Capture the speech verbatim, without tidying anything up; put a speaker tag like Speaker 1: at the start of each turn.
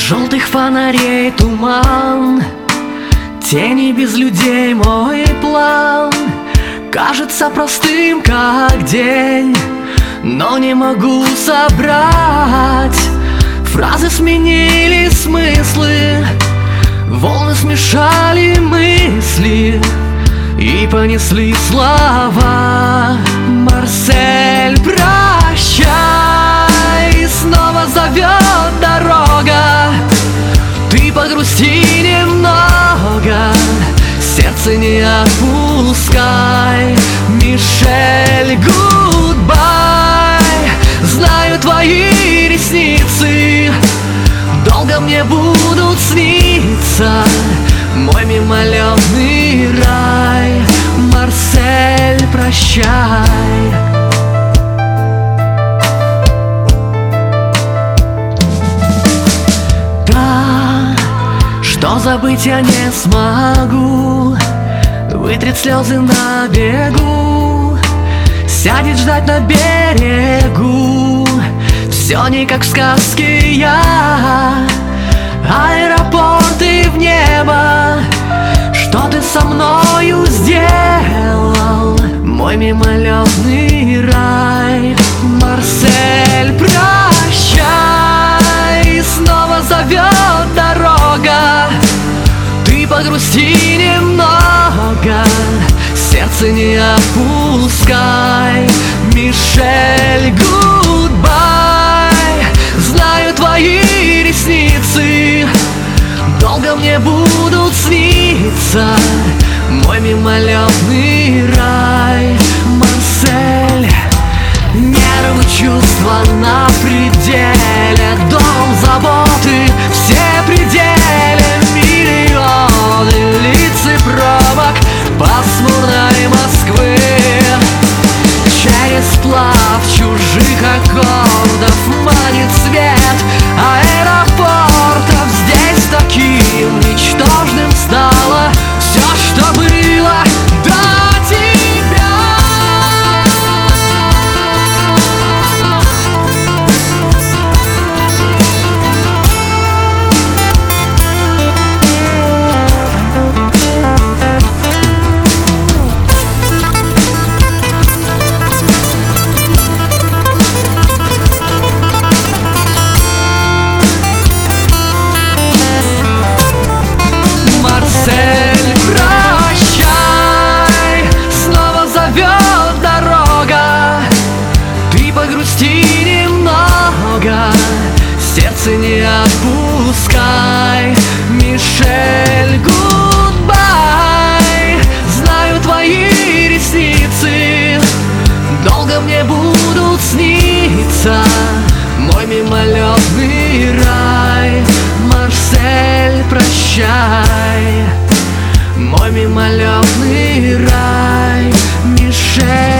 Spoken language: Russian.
Speaker 1: Желтых фонарей туман, тени без людей, мой план кажется простым, как день, но не могу собрать. Фразы сменили смыслы, волны смешали мысли и понесли слова. Марсель, прощай, снова зовет дорога. Ты погрусти немного, сердце не отпускай. Мишель, гудбай, знаю, твои ресницы долго мне будут сниться, мой мимолетный рай. Марсель, прощай. Да, что забыть я не смогу, вытрет слезы на бегу, сядет ждать на берегу. Все не как в сказке я, аэропорты в небо. Что ты со мною сделал, мой мимолетный рай. Марсель, прощай, снова зовет дорога. Ты погрусти немного, сердце не отпускай. Мишель, гудбай, знаю, твои ресницы долго мне будут сниться, мой мимолетный рай. Марсель, нервы, чувства на пределе, дом, заботы, все пределы, миллионы лиц и пробок пасмурной Москвы. Через сплав чужих аккордов манит свет аэропортов. Здесь таким ничтожным стало все, что было до тебя. Марсель, прощай, снова зовет дорога. Ты погрусти немного, сердце не отпускай. Мишель, гудбай, знаю, твои ресницы долго мне будут сниться, мой мимолетный рай. Марсель, прощай, мой мимолетный рай. Мишель.